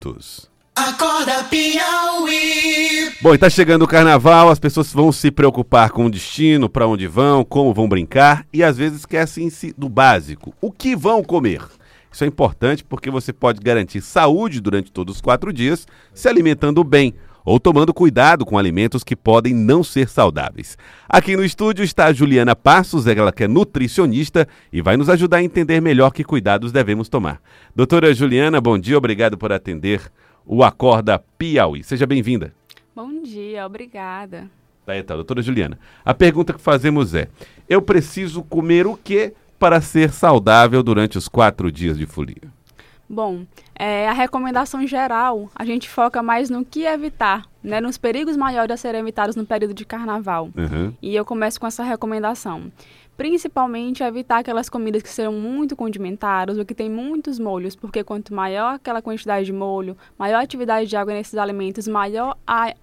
minutos. Acorda Piauí. Bom, e tá chegando o carnaval, as pessoas vão se preocupar com o destino, para onde vão, como vão brincar e às vezes esquecem-se do básico, o que vão comer. Isso é importante porque você pode garantir saúde durante todos os 4 dias, se alimentando bem ou tomando cuidado com alimentos que podem não ser saudáveis. Aqui no estúdio está a Juliana Passos, ela que é nutricionista e vai nos ajudar a entender melhor que cuidados devemos tomar. Doutora Juliana, bom dia, obrigado por atender o Acorda Piauí. Seja bem-vinda. Bom dia, obrigada. Tá, então, doutora Juliana, a pergunta que fazemos é, eu preciso comer o que para ser saudável durante os 4 dias de folia? Bom, a recomendação geral, a gente foca mais no que evitar, né, nos perigos maiores a serem evitados no período de carnaval. E eu começo com essa recomendação. Principalmente evitar aquelas comidas que serão muito condimentadas ou que tem muitos molhos, porque quanto maior aquela quantidade de molho, maior a atividade de água nesses alimentos, maior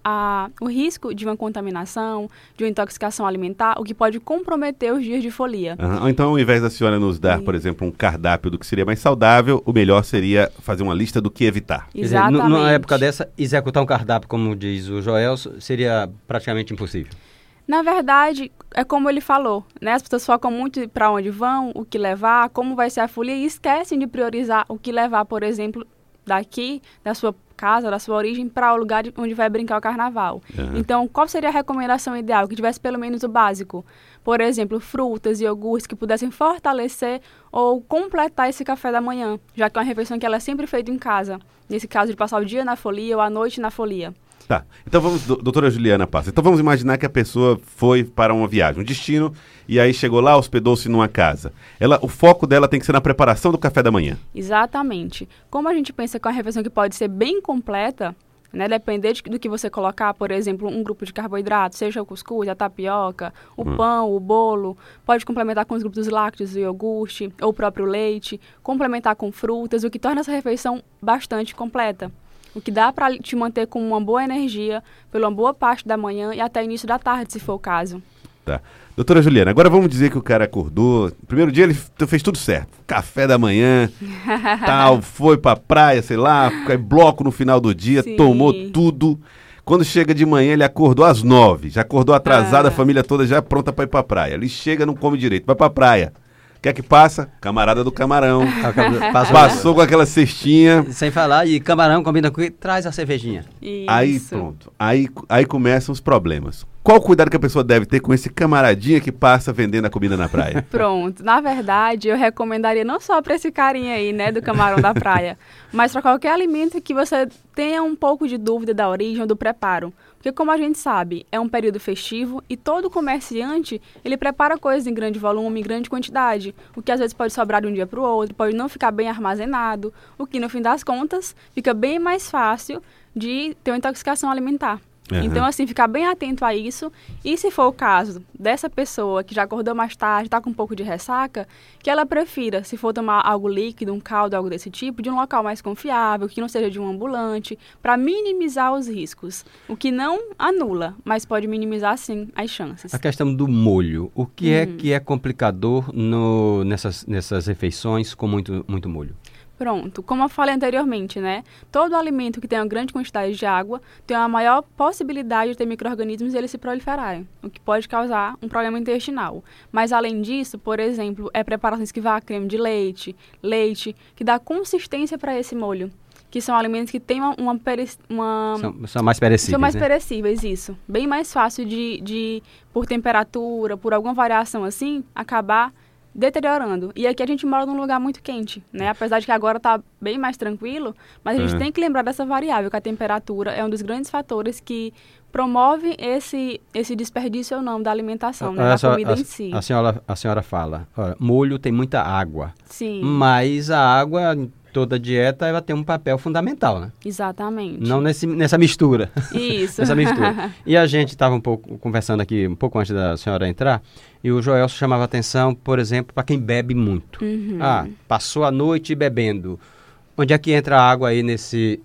o risco de uma contaminação, de uma intoxicação alimentar, o que pode comprometer os dias de folia. Então, ao invés da senhora nos dar, por exemplo, um cardápio do que seria mais saudável, o melhor seria fazer uma lista do que evitar. Exatamente. Quer dizer, numa época dessa, executar um cardápio, como diz o Joel, seria praticamente impossível. Na verdade, é como ele falou, né? As pessoas focam muito para onde vão, o que levar, como vai ser a folia e esquecem de priorizar o que levar, por exemplo, daqui, da sua casa, da sua origem, para o lugar onde vai brincar o carnaval. Então, qual seria a recomendação ideal? Que tivesse pelo menos o básico. Por exemplo, frutas e iogurtes que pudessem fortalecer ou completar esse café da manhã, já que é uma refeição que ela é sempre feita em casa. Nesse caso, de passar o dia na folia ou a noite na folia. Tá, então vamos, doutora Juliana Passos, então vamos imaginar que a pessoa foi para uma viagem, um destino, e aí chegou lá, hospedou-se numa casa. O foco dela tem que ser na preparação do café da manhã. Exatamente. Como a gente pensa que é uma refeição que pode ser bem completa, né, depender do que você colocar, por exemplo, um grupo de carboidratos, seja o cuscuz, a tapioca, o pão, o bolo, pode complementar com os grupos lácteos, o iogurte, ou o próprio leite, complementar com frutas, o que torna essa refeição bastante completa. O que dá para te manter com uma boa energia pela boa parte da manhã e até início da tarde, se for o caso. Tá. Doutora Juliana, agora vamos dizer que o cara acordou, primeiro dia ele fez tudo certo, café da manhã, tal, foi pra praia, sei lá, bloco no final do dia, Sim. Tomou tudo. Quando chega de manhã, ele acordou às 9, já acordou atrasado, a família toda já pronta pra ir pra praia. Ele chega, não come direito, vai pra praia. O que é que passa? Camarada do camarão. Passou com aquela cestinha. Sem falar, e camarão combina com traz a cervejinha. Isso. Aí pronto. Aí começam os problemas. Qual o cuidado que a pessoa deve ter com esse camaradinha que passa vendendo a comida na praia? Pronto. Na verdade, eu recomendaria não só para esse carinha aí, né, do camarão da praia, mas para qualquer alimento que você tenha um pouco de dúvida da origem ou do preparo. Porque como a gente sabe, é um período festivo e todo comerciante, ele prepara coisas em grande volume, em grande quantidade, o que às vezes pode sobrar de um dia para o outro, pode não ficar bem armazenado, o que no fim das contas fica bem mais fácil de ter uma intoxicação alimentar. Então, assim, ficar bem atento a isso. E se for o caso dessa pessoa que já acordou mais tarde, está com um pouco de ressaca, que ela prefira, se for tomar algo líquido, um caldo, algo desse tipo, de um local mais confiável, que não seja de um ambulante, para minimizar os riscos. O que não anula, mas pode minimizar, sim, as chances. A questão do molho. O que é complicador nessas refeições com muito molho? Pronto, como eu falei anteriormente, né? Todo alimento que tem uma grande quantidade de água tem uma maior possibilidade de ter micro-organismos e eles se proliferarem, o que pode causar um problema intestinal. Mas além disso, por exemplo, preparações que vá creme de leite, que dá consistência para esse molho, que são alimentos que têm São mais perecíveis, São mais né? perecíveis, isso. Bem mais fácil de, por temperatura, por alguma variação assim, acabar deteriorando. E aqui a gente mora num lugar muito quente, né? Apesar de que agora está bem mais tranquilo, mas a gente tem que lembrar dessa variável, que a temperatura é um dos grandes fatores que promove esse desperdício ou não da alimentação, né? Da comida em si. A senhora fala, olha, molho tem muita água. Sim. Mas a água, toda dieta, ela tem um papel fundamental, né? Exatamente. Não nessa mistura. Isso. Nessa mistura. E a gente estava conversando aqui, um pouco antes da senhora entrar, e o Joel chamava a atenção, por exemplo, para quem bebe muito. Passou a noite bebendo. Onde é que entra a água aí nesse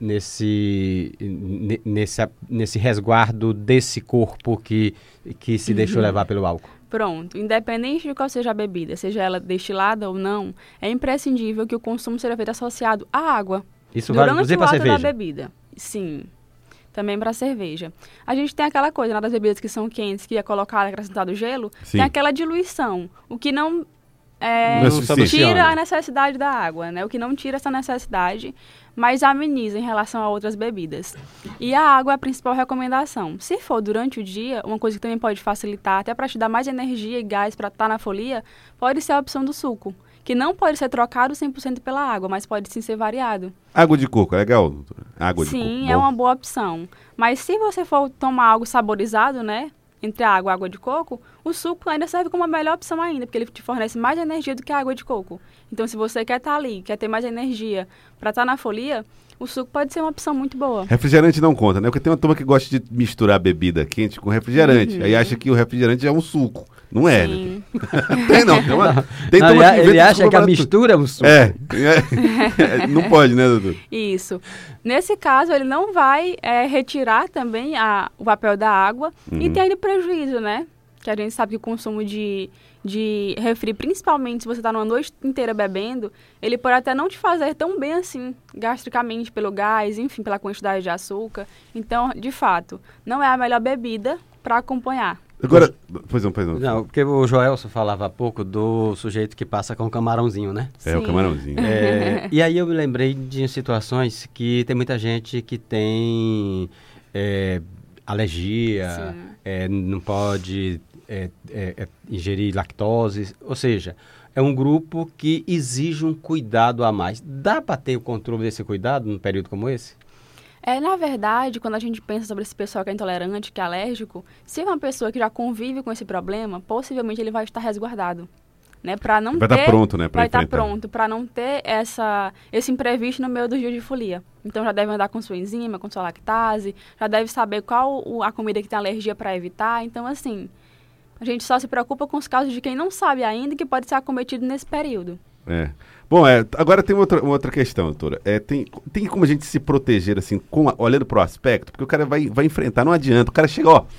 resguardo desse corpo que se deixou levar pelo álcool? Pronto. Independente de qual seja a bebida, seja ela destilada ou não, é imprescindível que o consumo seja feito associado à água. Isso vale Durante inclusive o para ato da cerveja? bebida. Sim. Também para cerveja. A gente tem aquela coisa, nas bebidas que são quentes, que é colocado, acrescentado gelo, Sim. tem aquela diluição, o que não Não é suficiente. tira a necessidade da água, né? O que não tira essa necessidade, mas ameniza em relação a outras bebidas. E a água é a principal recomendação. Se for durante o dia, uma coisa que também pode facilitar, até para te dar mais energia e gás para estar na folia, pode ser a opção do suco, que não pode ser trocado 100% pela água, mas pode sim ser variado. Água de coco, é legal, doutora? Água de coco. Sim, é bom. uma boa opção. Mas se você for tomar algo saborizado, né? Entre a água e a água de coco, o suco ainda serve como a melhor opção ainda, porque ele te fornece mais energia do que a água de coco. Então, se você quer estar ali, quer ter mais energia para estar na folia, o suco pode ser uma opção muito boa. Refrigerante não conta, né? Porque tem uma turma que gosta de misturar bebida quente com refrigerante. Aí acha que o refrigerante é um suco. Não é, né? Sim. Tem não. Tem Não, turma que ele inventa acha que a desculpa pra mistura é um suco. Não pode, né, doutor? Isso. Nesse caso, ele não vai retirar também o papel da água e tem ainda prejuízo, né? Que a gente sabe que o consumo de refri, principalmente se você está numa noite inteira bebendo, ele pode até não te fazer tão bem assim, gastricamente, pelo gás, enfim, pela quantidade de açúcar. Então, de fato, não é a melhor bebida para acompanhar. Agora, pois não. Não, porque o Joelson falava há pouco do sujeito que passa com camarãozinho, né? É, o Sim. camarãozinho. E aí eu me lembrei de situações que tem muita gente que tem alergia, não pode ingerir lactose, ou seja, é um grupo que exige um cuidado a mais. Dá para ter o controle desse cuidado num período como esse? Na verdade, quando a gente pensa sobre esse pessoal que é intolerante, que é alérgico, se é uma pessoa que já convive com esse problema, possivelmente ele vai estar resguardado. Né, para não Vai ter, estar pronto, né? Pra vai estar enfrentar. pronto para não ter esse imprevisto no meio do dia de folia. Então já deve andar com sua enzima, com sua lactase, já deve saber qual a comida que tem alergia para evitar. Então, assim, a gente só se preocupa com os casos de quem não sabe ainda que pode ser acometido nesse período. Bom, agora tem uma outra questão, doutora. Tem como a gente se proteger, assim, olhando pro aspecto? Porque o cara vai enfrentar, não adianta. O cara chega, ó...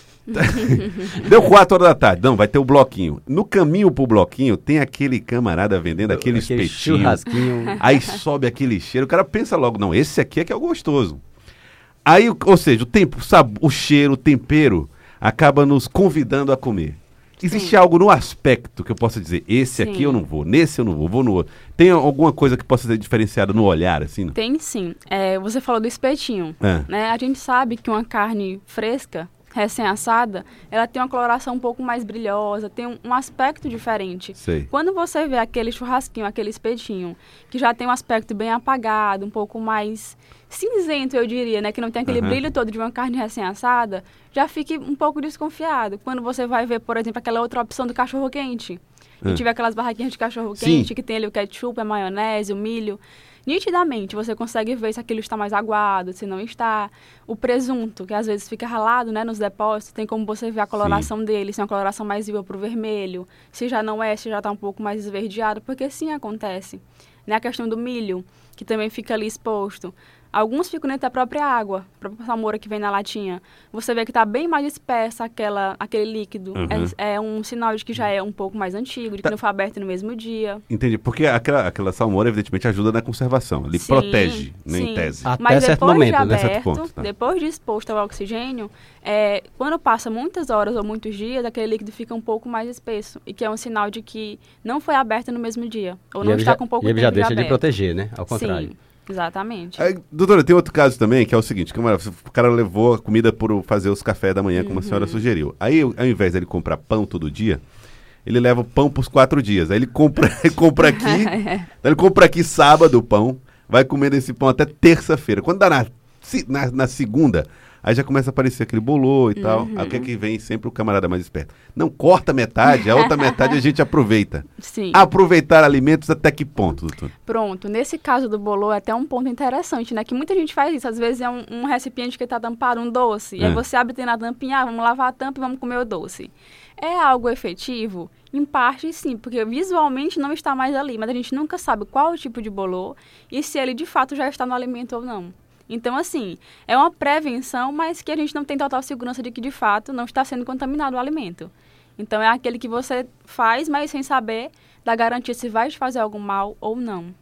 Deu 4 horas da tarde. Não, vai ter o bloquinho. No caminho pro bloquinho, tem aquele camarada vendendo aquele espetinho. Churrasquinho. Aí sobe aquele cheiro. O cara pensa logo, não, esse aqui é que é o gostoso. Aí, ou seja, o tempo, o cheiro, o tempero, acaba nos convidando a comer. Existe algo no aspecto que eu possa dizer, esse aqui Sim. eu não vou, nesse eu não vou no outro. Tem alguma coisa que possa ser diferenciada no olhar, assim? Tem sim. Você falou do espetinho. Né? A gente sabe que uma carne fresca, recém-assada, ela tem uma coloração um pouco mais brilhosa, tem um aspecto diferente. Sei. Quando você vê aquele churrasquinho, aquele espetinho, que já tem um aspecto bem apagado, um pouco mais cinzento, eu diria, né? Que não tem aquele brilho todo de uma carne recém-assada, já fique um pouco desconfiado. Quando você vai ver, por exemplo, aquela outra opção do cachorro-quente. A gente vê aquelas barraquinhas de cachorro-quente, que tem ali o ketchup, a maionese, o milho. Nitidamente, você consegue ver se aquilo está mais aguado, se não está. O presunto, que às vezes fica ralado, né, nos depósitos, tem como você ver a coloração dele, se é uma coloração mais viva para o vermelho, se já não é, se já está um pouco mais esverdeado, porque sim acontece. Né, a questão do milho, que também fica ali exposto. Alguns ficam dentro da própria água, a própria salmoura que vem na latinha. Você vê que está bem mais espessa aquele líquido. É um sinal de que já é um pouco mais antigo, de que não foi aberto no mesmo dia. Entendi, porque aquela salmoura, evidentemente, ajuda na conservação. Ele Sim, protege, né, em sim. tese. Até Mas certo depois momento, de né? aberto, Certo ponto, tá. depois de exposto ao oxigênio, quando passa muitas horas ou muitos dias, aquele líquido fica um pouco mais espesso. E que é um sinal de que não foi aberto no mesmo dia. Ou não está com pouco E ele tempo já deixa de aberto. proteger, né? Ao contrário. Sim, exatamente. Aí, doutora, tem outro caso também, que é o seguinte, que o cara levou a comida por fazer os cafés da manhã, como a senhora sugeriu. Aí, ao invés dele comprar pão todo dia, ele leva o pão pros 4 dias. Aí ele compra aqui, ele compra aqui sábado o pão, vai comendo esse pão até terça-feira. Quando dá na segunda, aí já começa a aparecer aquele bolô e tal. Aí o que é que vem? Sempre o camarada mais esperto. Não, corta metade, a outra metade a gente aproveita. Sim. Aproveitar alimentos até que ponto, doutor? Pronto, nesse caso do bolô é até um ponto interessante, né? Que muita gente faz isso. Às vezes é um recipiente que está tampado, um doce. E aí você abre, tem na tampinha, vamos lavar a tampa e vamos comer o doce. É algo efetivo? Em parte, sim, porque visualmente não está mais ali. Mas a gente nunca sabe qual o tipo de bolô e se ele de fato já está no alimento ou não. Então, assim, é uma prevenção, mas que a gente não tem total segurança de que, de fato, não está sendo contaminado o alimento. Então, é aquele que você faz, mas sem saber da garantia se vai te fazer algum mal ou não.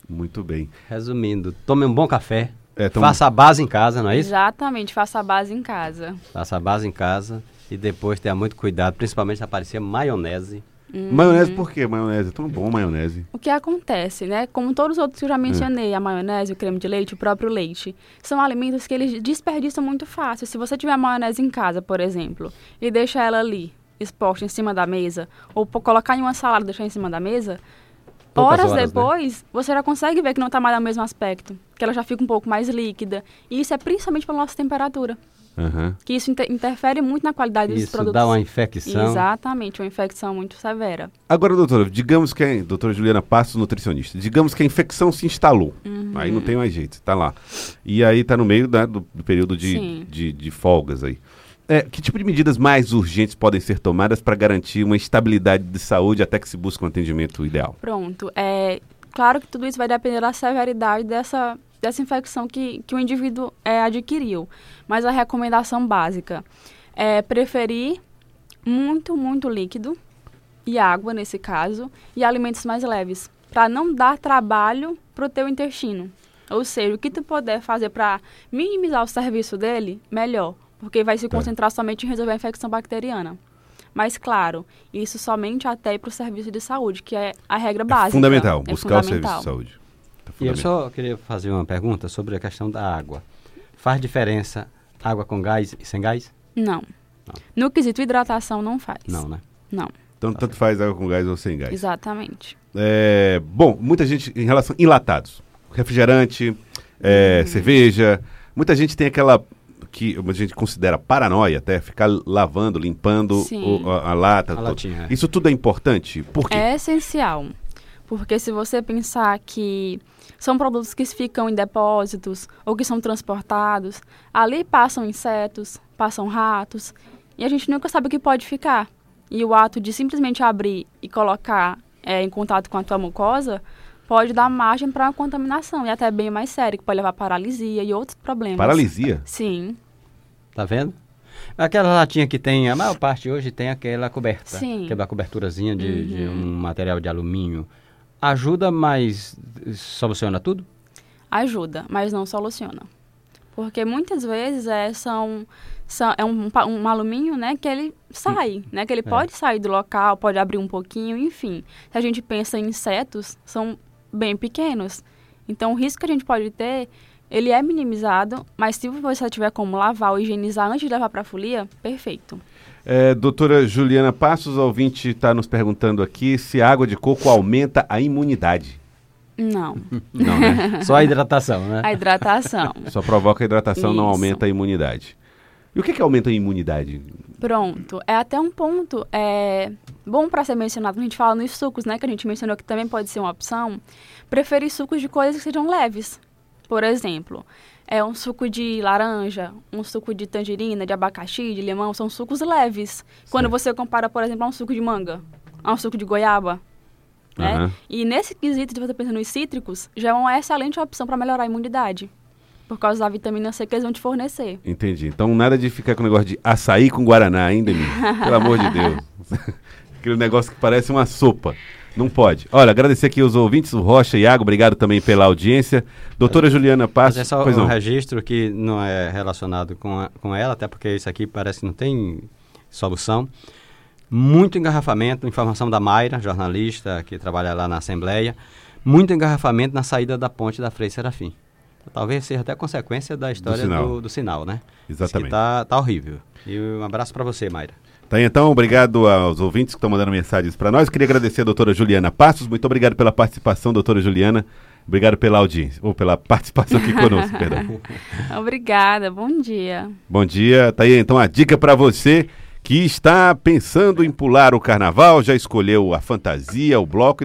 Muito bem. Resumindo, tome um bom café, Então, faça a base em casa, não é isso? Exatamente, faça a base em casa. Faça a base em casa e depois tenha muito cuidado, principalmente se aparecer maionese. maionese, por que maionese? É tão bom maionese. O que acontece, né? Como todos os outros que eu já mencionei, a maionese, o creme de leite, o próprio leite, são alimentos que eles desperdiçam muito fácil. Se você tiver a maionese em casa, por exemplo, e deixar ela ali, exposta em cima da mesa, ou colocar em uma salada e deixar em cima da mesa, Poucas horas né? depois, você já consegue ver que não está mais no mesmo aspecto, que ela já fica um pouco mais líquida. E isso é principalmente pela nossa temperatura, Aham. que isso interfere muito na qualidade dos Isso produtos. dá uma infecção. Exatamente, uma infecção muito severa. Agora, doutora, digamos que doutora Juliana Passos, nutricionista, digamos que a infecção se instalou. Aí não tem mais jeito, tá lá. E aí tá no meio do período Sim. de folgas aí. Que tipo de medidas mais urgentes podem ser tomadas para garantir uma estabilidade de saúde até que se busque um atendimento ideal? Pronto. Claro que tudo isso vai depender da severidade dessa infecção que o indivíduo adquiriu. Mas a recomendação básica é preferir muito, muito líquido e água, nesse caso, e alimentos mais leves, para não dar trabalho para o teu intestino. Ou seja, o que tu puder fazer para minimizar o serviço dele, melhor, porque vai se concentrar somente em resolver a infecção bacteriana. Mas, claro, isso somente até ir para o serviço de saúde, que é a regra básica. Fundamental, É buscar fundamental. o serviço de saúde. Tá E eu fundamental. só queria fazer uma pergunta sobre a questão da água. Faz diferença água com gás e sem gás? Não. No quesito hidratação, não faz. Não, né? Não, Então, tanto faz água com gás ou sem gás. exatamente. Bom, muita gente, em relação a enlatados, refrigerante, cerveja, muita gente tem aquela que a gente considera paranoia até, ficar lavando, limpando Sim. a lata. A latinha, Isso tudo é importante? Por quê? É essencial, porque se você pensar que são produtos que ficam em depósitos ou que são transportados, ali passam insetos, passam ratos, e a gente nunca sabe o que pode ficar. E o ato de simplesmente abrir e colocar em contato com a tua mucosa pode dar margem para uma contaminação, e até bem mais sério, que pode levar a paralisia e outros problemas. Paralisia? Sim. Tá vendo? Aquela latinha que tem, a maior parte hoje tem aquela coberta. Sim. Aquela coberturazinha de um material de alumínio. Ajuda, mas soluciona tudo? Ajuda, mas não soluciona. Porque muitas vezes é um alumínio, né, que ele sai, né, que ele pode sair do local, pode abrir um pouquinho, enfim. Se a gente pensa em insetos, são bem pequenos. Então, o risco que a gente pode ter, ele é minimizado, mas se você tiver como lavar ou higienizar antes de levar para a folia, perfeito. Doutora Juliana Passos, o ouvinte está nos perguntando aqui se a água de coco aumenta a imunidade. Não, Não, né? Só a hidratação, né? a hidratação. Só provoca a hidratação, não Isso. aumenta a imunidade. E o que aumenta a imunidade? Pronto. É até um ponto bom para ser mencionado, quando a gente fala nos sucos, né, que a gente mencionou que também pode ser uma opção, preferir sucos de coisas que sejam leves. Por exemplo, um suco de laranja, um suco de tangerina, de abacaxi, de limão, são sucos leves. Quando você compara, por exemplo, a um suco de manga, a um suco de goiaba, né? Aham. E nesse quesito de você pensar nos cítricos, já é uma excelente opção para melhorar a imunidade, por causa da vitamina C que eles vão te fornecer. Entendi. Então nada de ficar com o negócio de açaí com guaraná, hein, Demi? Pelo amor de Deus. Aquele negócio que parece uma sopa. Não pode. Olha, agradecer aqui os ouvintes, o Rocha e Iago, obrigado também pela audiência. Doutora Juliana Passos. Mas é só pois um não. registro que não é relacionado com ela, até porque isso aqui parece que não tem solução. Muito engarrafamento, informação da Mayra, jornalista que trabalha lá na Assembleia. Muito engarrafamento na saída da ponte da Frei Serafim. Talvez seja até consequência da história do sinal, né? Exatamente. Que tá horrível. E um abraço para você, Mayra. Tá, então, obrigado aos ouvintes que estão mandando mensagens para nós. Queria agradecer a doutora Juliana Passos. Muito obrigado pela participação, doutora Juliana. Obrigado pela audiência, ou pela participação aqui conosco, perdão. Obrigada, bom dia. Bom dia. Tá aí, então, a dica para você que está pensando em pular o carnaval, já escolheu a fantasia, o bloco.